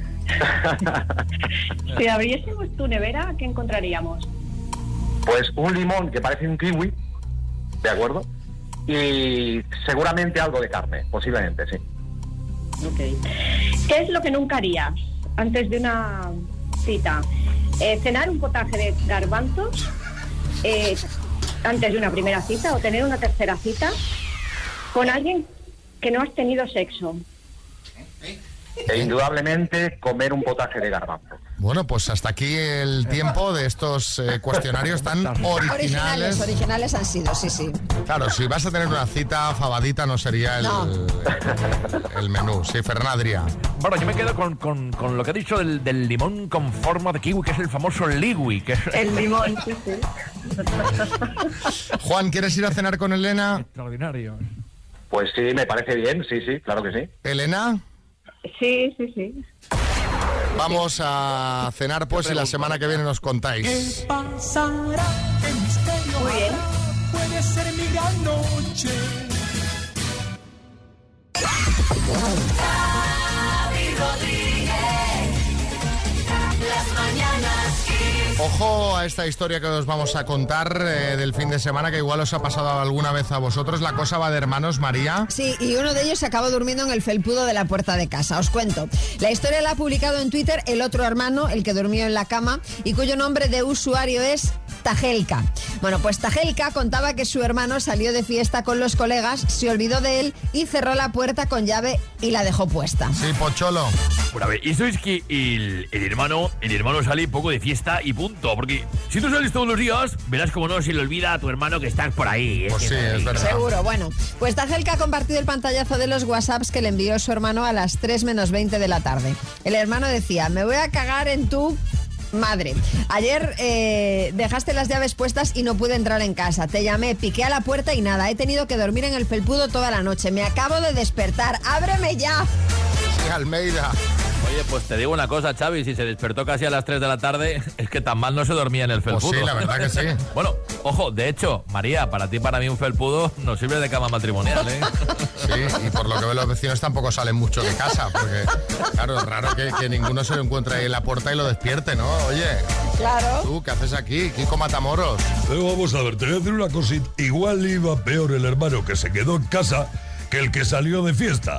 Si abriésemos tu nevera, ¿qué encontraríamos? Pues un limón que parece un kiwi, ¿de acuerdo? Y seguramente algo de carne, posiblemente, sí. Ok. ¿Qué es lo que nunca harías antes de una cita? ¿Cenar un potaje de garbanzos antes de una primera cita o tener una tercera cita con alguien que no has tenido sexo? Indudablemente comer un potaje de garbanzo. Bueno, pues hasta aquí el tiempo de estos cuestionarios tan originales. Originales han sido, sí. Claro, si vas a tener una cita, fabadita no sería el menú. Sí, Fernandria. Bueno, yo me quedo con lo que ha dicho del limón con forma de kiwi, que es el famoso liwi. Que es... El limón, sí. Juan, ¿quieres ir a cenar con Elena? Extraordinario. Pues sí, me parece bien, sí, claro que sí. ¿Elena? Sí. Vamos a cenar pues y la semana que viene nos contáis. ¿Qué pasará? ¿Qué misterio muy bien. Puede ser mi gran noche. Xavi Rodríguez, Las Mañanas Kiss. Ojo a esta historia que os vamos a contar del fin de semana, que igual os ha pasado alguna vez a vosotros. La cosa va de hermanos, María. Sí, y uno de ellos se acabó durmiendo en el felpudo de la puerta de casa. Os cuento. La historia la ha publicado en Twitter el otro hermano, el que durmió en la cama, y cuyo nombre de usuario es Tajelka. Bueno, pues Tajelka contaba que su hermano salió de fiesta con los colegas, se olvidó de él y cerró la puerta con llave y la dejó puesta. Sí, Pocholo. Bueno, a ver, eso es que el hermano sale un poco de fiesta y punto, porque si tú sales todos los días, verás como no se le olvida a tu hermano que estás por ahí. Pues sí, es verdad. Seguro, bueno. Pues Tajelka ha compartido el pantallazo de los WhatsApps que le envió su hermano a las 3 menos 20 de la tarde. El hermano decía, me voy a cagar en tu... madre, ayer dejaste las llaves puestas y no pude entrar en casa. Te llamé, piqué a la puerta y nada. He tenido que dormir en el felpudo toda la noche. Me acabo de despertar. ¡Ábreme ya! Sí, Almeida. Oye, pues te digo una cosa, Xavi, si se despertó casi a las 3 de la tarde, es que tan mal no se dormía en el felpudo. Pues sí, la verdad que sí. Bueno, ojo, de hecho, María, para ti y para mí un felpudo nos sirve de cama matrimonial, ¿eh? Sí, y por lo que veo los vecinos tampoco salen mucho de casa, porque claro, es raro que ninguno se lo encuentre ahí en la puerta y lo despierte, ¿no? Oye, claro. ¿Tú qué haces aquí? Kiko Matamoros. Pero vamos a ver, te voy a decir una cosita. Igual iba peor el hermano que se quedó en casa que el que salió de fiesta.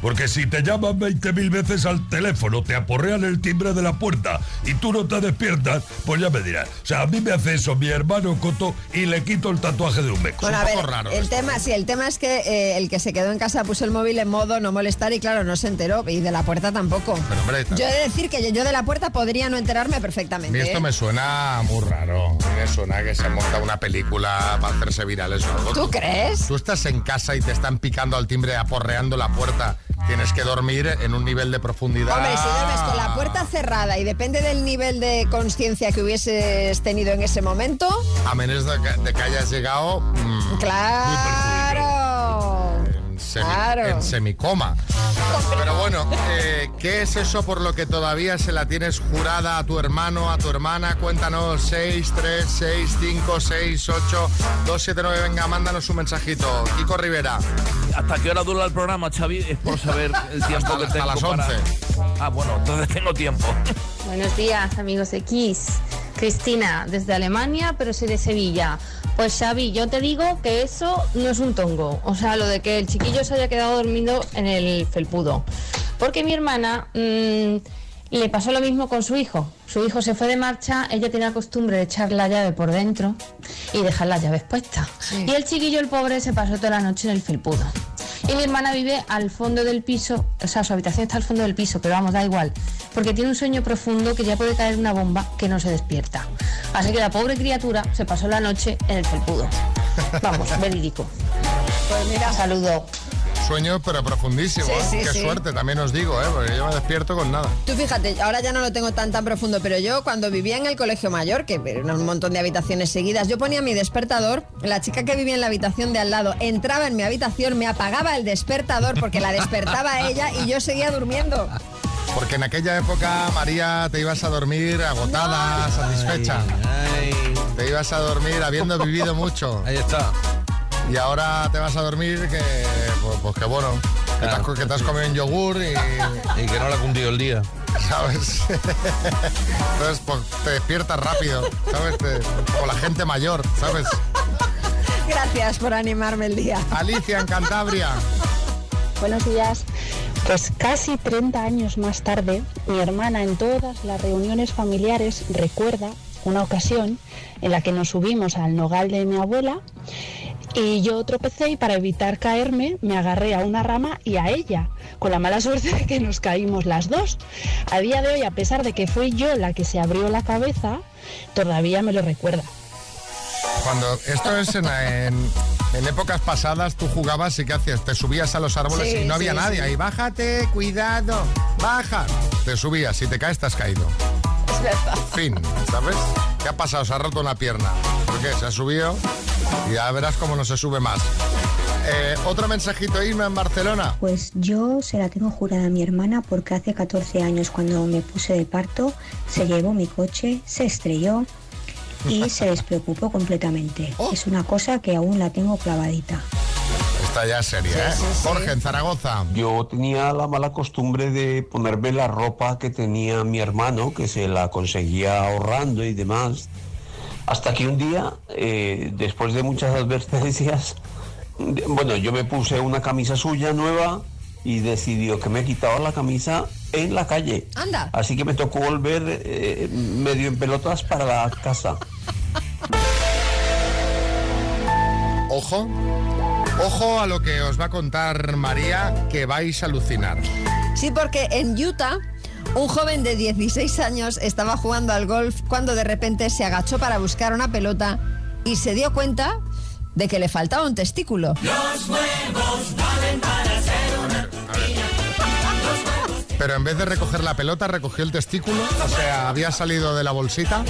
Porque si te llaman 20.000 veces al teléfono, te aporrean el timbre de la puerta y tú no te despiertas, pues ya me dirás. O sea, a mí me hace eso mi hermano Coto y le quito el tatuaje de un beco. Bueno, es un a poco ver, raro. el tema es que el que se quedó en casa puso el móvil en modo no molestar y claro, no se enteró. Y de la puerta tampoco. Pero, hombre, yo he de decir que yo de la puerta podría no enterarme A perfectamente. mí esto me suena muy raro. A mí me suena que se monta una película para hacerse virales o algo. ¿Tú crees? Tú estás en casa y te están picando al timbre, aporreando la puerta. Tienes que dormir en un nivel de profundidad. Hombre, si duermes con la puerta cerrada y depende del nivel de conciencia que huvieses tenido en ese momento... A menos de que hayas llegado... ¡Claro! En semicoma. Pero bueno, ¿qué es eso por lo que todavía se la tienes jurada a tu hermano, a tu hermana? Cuéntanos, 6, 3, 6, 5, 6, 8, 2, 7, 9. Venga, mándanos un mensajito. Kiko Rivera. ¿Hasta qué hora dura el programa, Xavi? Es por saber el tiempo que tengo. Hasta las 11. Ah, bueno, entonces tengo tiempo. Buenos días, amigos de Kiss. Cristina, desde Alemania, pero soy de Sevilla. Pues Xavi, yo te digo que eso no es un tongo. O sea, lo de que el chiquillo se haya quedado dormido en el felpudo. Porque mi hermana le pasó lo mismo con su hijo. Su hijo se fue de marcha, ella tenía la costumbre de echar la llave por dentro y dejar las llaves puestas. Sí. Y el chiquillo, el pobre, se pasó toda la noche en el felpudo. Y mi hermana vive al fondo del piso, o sea, su habitación está al fondo del piso, pero vamos, da igual, porque tiene un sueño profundo que ya puede caer una bomba que no se despierta. Así que la pobre criatura se pasó la noche en el felpudo. Vamos, verídico. Pues mira, saludo. Sueño, pero profundísimo. Sí, Qué suerte, también os digo, porque yo me despierto con nada. Tú fíjate, ahora ya no lo tengo tan profundo, pero yo cuando vivía en el colegio mayor, que era un montón de habitaciones seguidas, yo ponía mi despertador, la chica que vivía en la habitación de al lado entraba en mi habitación, me apagaba el despertador porque la despertaba ella y yo seguía durmiendo. Porque en aquella época, María, te ibas a dormir agotada, satisfecha. Te ibas a dormir habiendo vivido mucho. Ahí está. Y ahora te vas a dormir pues que bueno, claro. que te has comido un yogur y que no le ha cundido el día. ¿Sabes? Entonces pues, te despiertas rápido, ¿sabes? Como la gente mayor, ¿sabes? Gracias por animarme el día. Alicia, en Cantabria. Buenos días. Pues casi 30 años más tarde, mi hermana en todas las reuniones familiares recuerda una ocasión en la que nos subimos al nogal de mi abuela y yo tropecé y para evitar caerme me agarré a una rama y a ella, con la mala suerte de que nos caímos las dos. A día de hoy, a pesar de que fui yo la que se abrió la cabeza, todavía me lo recuerda. Cuando esto es en épocas pasadas, tú jugabas y ¿qué hacías? Te subías a los árboles y no había nadie. Ahí, bájate, cuidado, baja. Te subías, si te caes, te has caído. Es verdad. Fin, ¿sabes? ¿Qué ha pasado? Se ha roto una pierna. ¿Por qué? Se ha subido y ya verás cómo no se sube más. Otro mensajito, Irma, en Barcelona. Pues yo se la tengo jurada a mi hermana porque hace 14 años, cuando me puse de parto, se llevó mi coche, se estrelló y se despreocupó completamente. Es una cosa que aún la tengo clavadita. Esta ya es seria, ¿eh? Jorge, en Zaragoza. Yo tenía la mala costumbre de ponerme la ropa que tenía mi hermano, que se la conseguía ahorrando y demás, hasta que un día, después de muchas advertencias, bueno, yo me puse una camisa suya nueva y decidió que me quitaba la camisa en la calle. Anda. Así que me tocó volver medio en pelotas para la casa. Ojo a lo que os va a contar María, que vais a alucinar. Sí, porque en Utah un joven de 16 años estaba jugando al golf cuando de repente se agachó para buscar una pelota y se dio cuenta de que le faltaba un testículo. Los huevos valen para ser una tortilla. Pero en vez de recoger la pelota, recogió el testículo. O sea, había salido de la bolsita.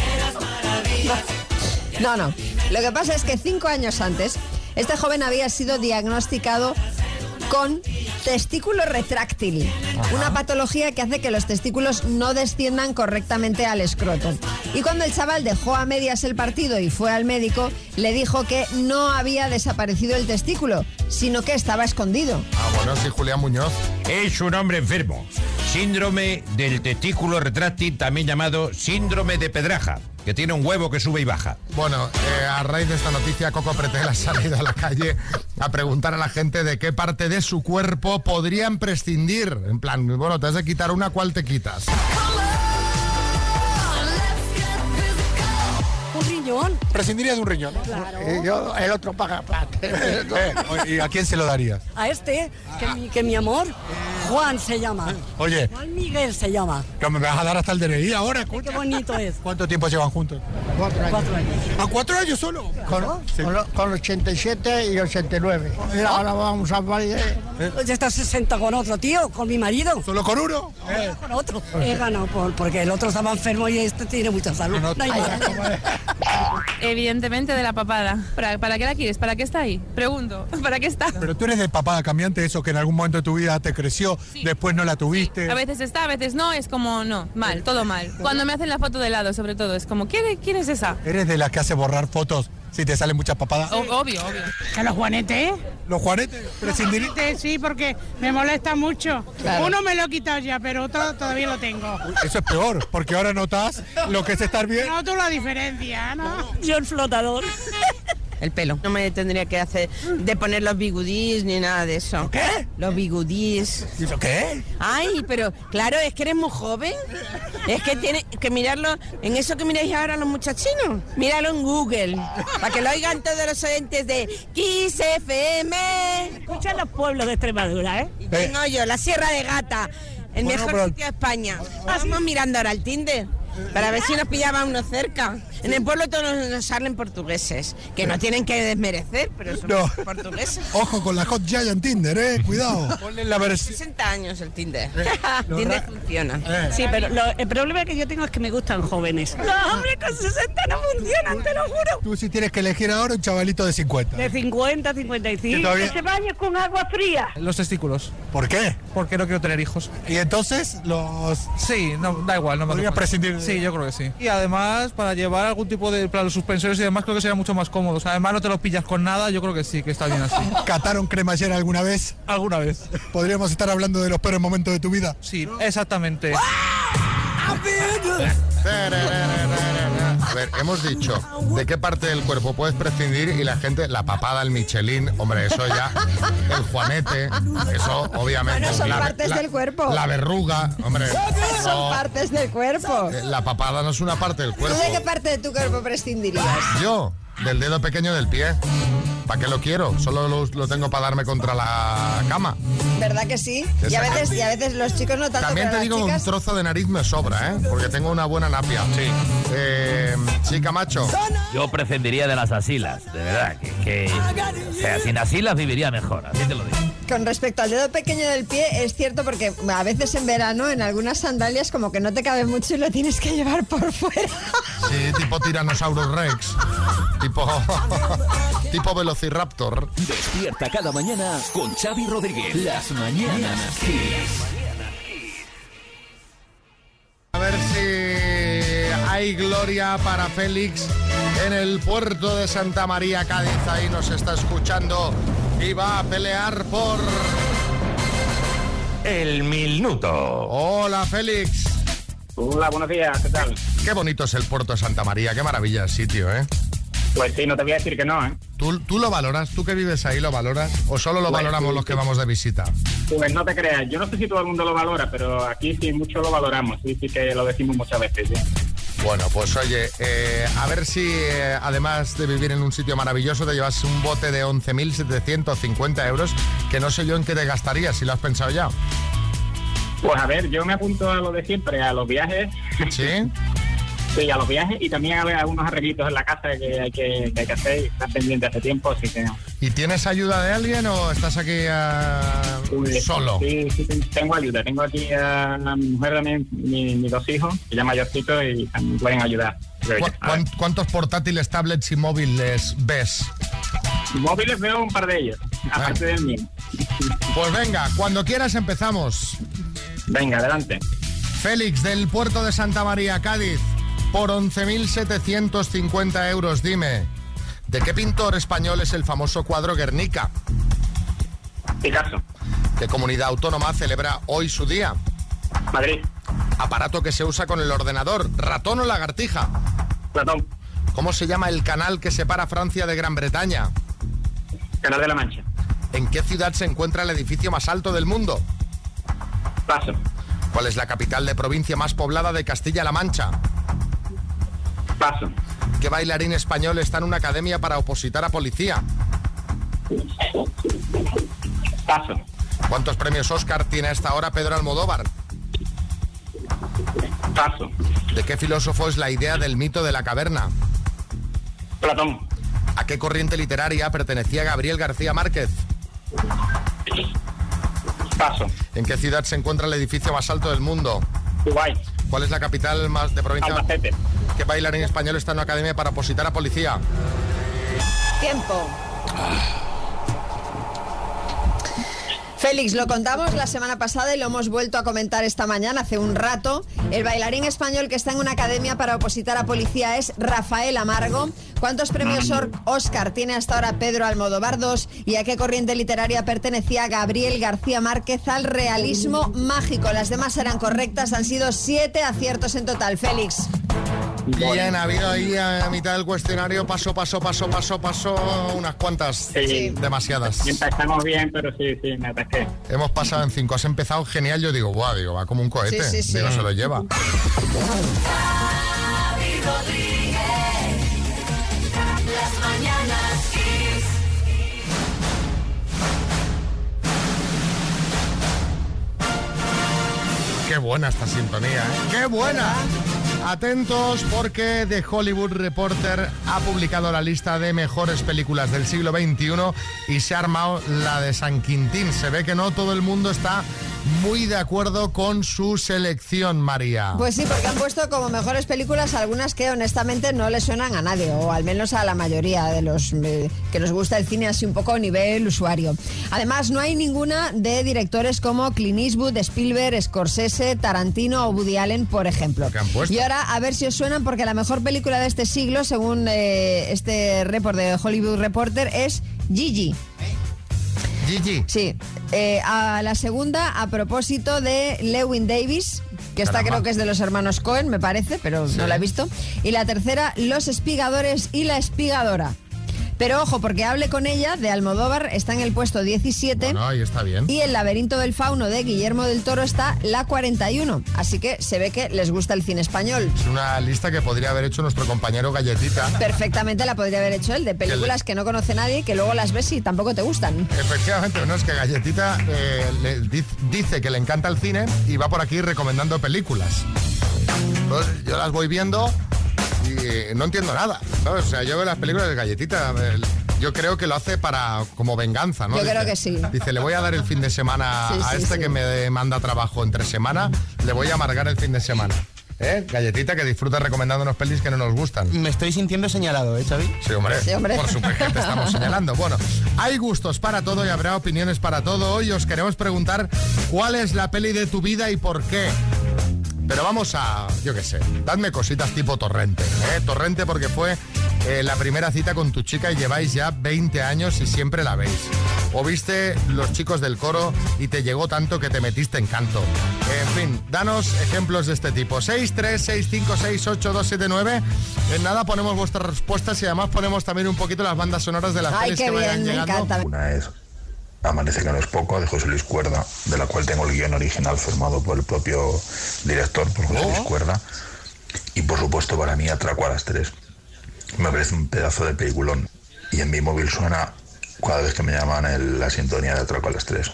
No. Lo que pasa es que 5 años antes, este joven había sido diagnosticado con testículo retráctil, una patología que hace que los testículos no desciendan correctamente al escroto. Y cuando el chaval dejó a medias el partido y fue al médico, le dijo que no había desaparecido el testículo, sino que estaba escondido. Bueno, sí, Julián Muñoz. Es un hombre enfermo. Síndrome del testículo retráctil, también llamado síndrome de Pedraja. que tiene un huevo que sube y baja. Bueno, a raíz de esta noticia, Coco Pretel ha salido a la calle a preguntar a la gente de qué parte de su cuerpo podrían prescindir. En plan, bueno, te has de quitar una, ¿cuál te quitas? Un riñón. Prescindiría de un riñón, ¿no? Claro. Yo, el otro paga plata. ¿Y a quién se lo darías? A este, que mi amor, Juan se llama. Oye. Juan Miguel se llama. ¿Que me vas a dar hasta el DNI ahora? Qué bonito es. ¿Cuánto tiempo llevan juntos? 4 años. ¿A 4 años solo? Con 87 y 89. Ahora vamos a ya está 60 con otro tío, con mi marido. ¿Solo con uno? Con otro. He ganado porque el otro estaba enfermo y este tiene mucha salud. No hay más. Evidentemente de la papada. ¿Para qué la quieres? ¿Para qué está ahí? Pregunto. ¿Para qué está? Pero tú eres de papada cambiante, eso que en algún momento de tu vida te creció, sí. Después no la tuviste. Sí. A veces está, a veces no, es como no, mal, todo mal. Cuando me hacen la foto de lado, sobre todo, es como, ¿quién es esa? ¿Eres de las que hace borrar fotos si te salen muchas papadas? Obvio. ¿Que los juanetes? ¿Los juanetes? Sí, porque me molesta mucho. Claro. Uno me lo he quitado ya, pero otro todavía lo tengo. Eso es peor, porque ahora notas lo que es estar bien. Noto la diferencia, ¿no? Yo el flotador. El pelo. No me tendría que hacer de poner los bigudís ni nada de eso. ¿Qué? Los bigudís. ¿Y eso qué? Ay, pero claro, es que eres muy joven. Es que tienes que mirarlo en eso que miráis ahora los muchachinos. Míralo en Google, para que lo oigan todos los oyentes de Kiss FM. Escuchan los pueblos de Extremadura, ¿eh? Tengo yo, la Sierra de Gata, el mejor sitio de España. Estamos mirando ahora el Tinder. Para ver si nos pillaban uno cerca. En el pueblo todos nos hablan portugueses, que no tienen que desmerecer, pero son portugueses. Ojo con la hot giant Tinder, cuidado. Ponle la versión. 60 años el Tinder. Tinder funciona. Sí, pero el problema que yo tengo es que me gustan jóvenes. Los hombres con 60 no funcionan, te lo juro. Tú si tienes que elegir ahora un chavalito de 50. De 50, 55. Que se bañe con agua fría. Los testículos. ¿Por qué? Porque no quiero tener hijos. ¿Y entonces los...? Sí, no, da igual. No ¿podrías prescindir? Sí, yo creo que sí. Y además, para llevar algún tipo de... Para los suspensores y demás, creo que sería mucho más cómodo. Además, no te los pillas con nada, yo creo que sí, que está bien así. ¿Cataron cremallera alguna vez? Alguna vez. ¿Podríamos estar hablando de los peores momentos de tu vida? Sí, exactamente. A ver, hemos dicho de qué parte del cuerpo puedes prescindir y la gente, la papada, el Michelin, hombre, eso ya, el juanete, eso obviamente. Bueno, son partes del cuerpo. La verruga, hombre. Son partes del cuerpo. La papada no es una parte del cuerpo. ¿Tú de qué parte de tu cuerpo prescindirías? Yo, del dedo pequeño del pie. ¿Para qué lo quiero? Solo lo tengo para darme contra la cama. ¿Verdad que sí? Y a veces los chicos no tanto. También te digo que un trozo de nariz me sobra, porque tengo una buena napia. Sí. Sí, Camacho. Yo prescindiría de las asilas, de verdad. O sea, sin asilas viviría mejor, así te lo digo. Con respecto al dedo pequeño del pie, es cierto porque a veces en verano en algunas sandalias como que no te cabe mucho y lo tienes que llevar por fuera. Sí, tipo Tyrannosaurus Rex. Tipo Velociraptor. Despierta cada mañana con Xavi Rodríguez. Las mañanas Kiss. A ver si hay gloria para Félix en el puerto de Santa María, Cádiz. Ahí nos está escuchando y va a pelear por... el minuto. Hola, Félix. Hola, buenos días, ¿qué tal? Qué bonito es el puerto de Santa María, qué maravilla el sitio, ¿eh? Pues sí, no te voy a decir que no, ¿eh? ¿Tú lo valoras? ¿Tú que vives ahí lo valoras? ¿O solo lo valoramos los que vamos de visita? Pues no te creas, yo no sé si todo el mundo lo valora, pero aquí sí mucho lo valoramos, sí que lo decimos muchas veces, ¿sí? Bueno, pues oye, a ver si además de vivir en un sitio maravilloso te llevas un bote de 11.750 euros, que no sé yo en qué te gastarías, si lo has pensado ya. Pues a ver, yo me apunto a lo de siempre, a los viajes. ¿Sí? Sí, a los viajes y también a ver algunos arreglitos en la casa que hay que hacer y estar pendiente hace tiempo, así que... ¿Y tienes ayuda de alguien o estás aquí solo? Sí, tengo ayuda. Tengo aquí a mi mujer también, mis dos hijos, que ya mayorcitos y también pueden ayudar. ¿Cuántos portátiles, tablets y móviles ves? Móviles veo un par de ellos, aparte del mío. Pues venga, cuando quieras empezamos. Venga, adelante. Félix, del puerto de Santa María, Cádiz, por 11.750 euros, dime, ¿de qué pintor español es el famoso cuadro Guernica? Picasso. ¿Qué comunidad autónoma celebra hoy su día? Madrid. Aparato que se usa con el ordenador, ¿ratón o lagartija? Platón. ¿Cómo se llama el canal que separa Francia de Gran Bretaña? Canal de la Mancha. ¿En qué ciudad se encuentra el edificio más alto del mundo? Paso. ¿Cuál es la capital de provincia más poblada de Castilla-La Mancha? Paso. ¿Qué bailarín español está en una academia para opositar a policía? Paso. ¿Cuántos premios Oscar tiene hasta ahora Pedro Almodóvar? Paso. ¿De qué filósofo es la idea del mito de la caverna? Platón. ¿A qué corriente literaria pertenecía Gabriel García Márquez? Paso. ¿En qué ciudad se encuentra el edificio más alto del mundo? Dubái. ¿Cuál es la capital más de provincia? Albacete. ¿Qué bailarín español está en una academia para opositar a policía? Tiempo. Félix, lo contamos la semana pasada y lo hemos vuelto a comentar esta mañana, hace un rato. El bailarín español que está en una academia para opositar a policía es Rafael Amargo. ¿Cuántos premios Oscar tiene hasta ahora Pedro Almodóvar? 2. ¿Y a qué corriente literaria pertenecía Gabriel García Márquez? Al realismo mágico. Las demás eran correctas, han sido 7 aciertos en total. Félix. Bien, ha habido ahí a mitad del cuestionario paso, unas cuantas, demasiadas. Empezamos bien, pero sí, me atasqué. Hemos pasado en 5, has empezado genial, yo digo, va como un cohete, digo, se lo lleva. Qué buena esta sintonía, ¿eh? ¡Qué buena! Atentos porque The Hollywood Reporter ha publicado la lista de mejores películas del siglo XXI y se ha armado la de San Quintín. Se ve que no todo el mundo está muy de acuerdo con su selección, María. Pues sí, porque han puesto como mejores películas algunas que honestamente no le suenan a nadie, o al menos a la mayoría de los que nos gusta el cine así un poco a nivel usuario. Además, no hay ninguna de directores como Clint Eastwood, Spielberg, Scorsese, Tarantino o Woody Allen, por ejemplo. ¿Qué han puesto? Y ahora a ver si os suenan, porque la mejor película de este siglo, según este report de Hollywood Reporter, es Gigi. Gigi. Sí. A la segunda, a propósito de Llewyn Davis, que esta creo que es de los hermanos Coen, me parece, pero no la he visto. Y la tercera, Los Espigadores y la Espigadora. Pero ojo, porque Hable con ella, de Almodóvar, está en el puesto 17. Bueno, ahí está bien. Y El laberinto del fauno, de Guillermo del Toro, está la 41. Así que se ve que les gusta el cine español. Es una lista que podría haber hecho nuestro compañero Galletita. Perfectamente la podría haber hecho él, de películas que no conoce nadie y que luego las ves y tampoco te gustan. Efectivamente, no, es que Galletita dice que le encanta el cine y va por aquí recomendando películas. Entonces, yo las voy viendo y no entiendo nada, ¿sabes? O sea, yo veo las películas de Galletita, yo creo que lo hace como venganza, ¿no? Yo creo que sí. Dice, le voy a dar el fin de semana que me manda trabajo entre semana, le voy a amargar el fin de semana. Galletita, que disfruta recomendándonos pelis que no nos gustan. Me estoy sintiendo señalado, Xavi? Sí, hombre. Por supuesto que te estamos señalando. Bueno, hay gustos para todo y habrá opiniones para todo. Hoy os queremos preguntar cuál es la peli de tu vida y por qué. Pero vamos a, yo qué sé, dadme cositas tipo Torrente. Torrente porque fue la primera cita con tu chica y lleváis ya 20 años y siempre la veis. O viste Los chicos del coro y te llegó tanto que te metiste en canto. En fin, danos ejemplos de este tipo. 636568279. En nada ponemos vuestras respuestas y además ponemos también un poquito las bandas sonoras de las pelis que vayan llegando. Una es Amanece que no es poco, de José Luis Cuerda, de la cual tengo el guión original firmado por el propio director, por José Luis Cuerda. Y por supuesto para mí Atraco a las 3. Me parece un pedazo de peliculón. Y en mi móvil suena cada vez que me llaman la sintonía de Atraco a las 3.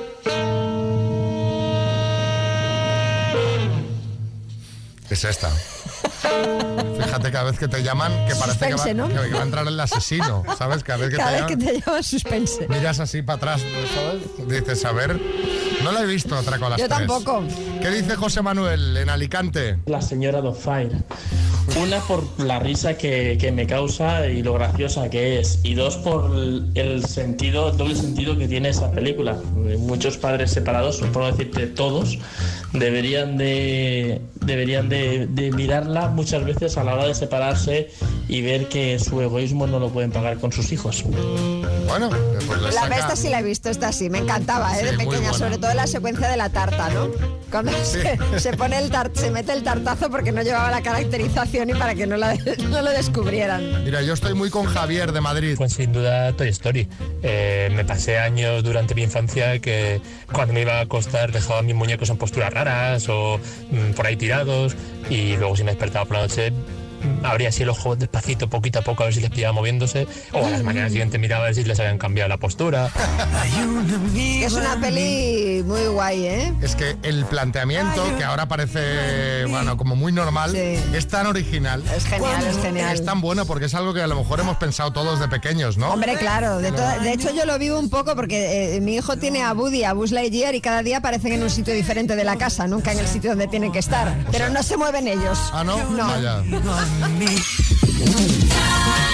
Es esta. Fíjate, cada vez que te llaman, que parece suspense, que va a entrar el asesino, ¿sabes? Cada vez que te llaman suspense. Miras así para atrás, ¿sabes? Dices, a ver, no la he visto Atraco a las 3. Yo tampoco. ¿Qué dice José Manuel en Alicante? La señora Dogfire. Una, por la risa que me causa y lo graciosa que es. Y dos, por el doble sentido que tiene esa película. Muchos padres separados, por no decirte todos, deberían de mirarla muchas veces a la hora de separarse y ver que su egoísmo no lo pueden pagar con sus hijos. Bueno, pues la esta sí la he visto, esta sí, me encantaba, de pequeña, sobre todo la secuencia de la tarta, ¿no? Cuando se pone se mete el tartazo porque no llevaba la caracterización y para que no lo descubrieran. Mira, yo estoy muy con Javier de Madrid. Pues sin duda Toy Story. Me pasé años durante mi infancia que cuando me iba a acostar dejaba mis muñecos en posturas raras o por ahí tirados, y luego si me despertaba por la noche abría así el ojo despacito, poquito a poco, a ver si les pillaba moviéndose, o a la mañana siguiente miraba a ver si les habían cambiado la postura. Es una peli muy guay, ¿eh? Es que el planteamiento, que ahora parece, bueno, como muy normal, es tan original. Es genial. Es tan bueno porque es algo que a lo mejor hemos pensado todos de pequeños, ¿no? Hombre, claro. De hecho, yo lo vivo un poco porque mi hijo tiene a Woody, a Buzz Lightyear, y cada día aparecen en un sitio diferente de la casa, nunca en el sitio donde tienen que estar. Pero no se mueven ellos. ¿Ah, no? No. Vaya.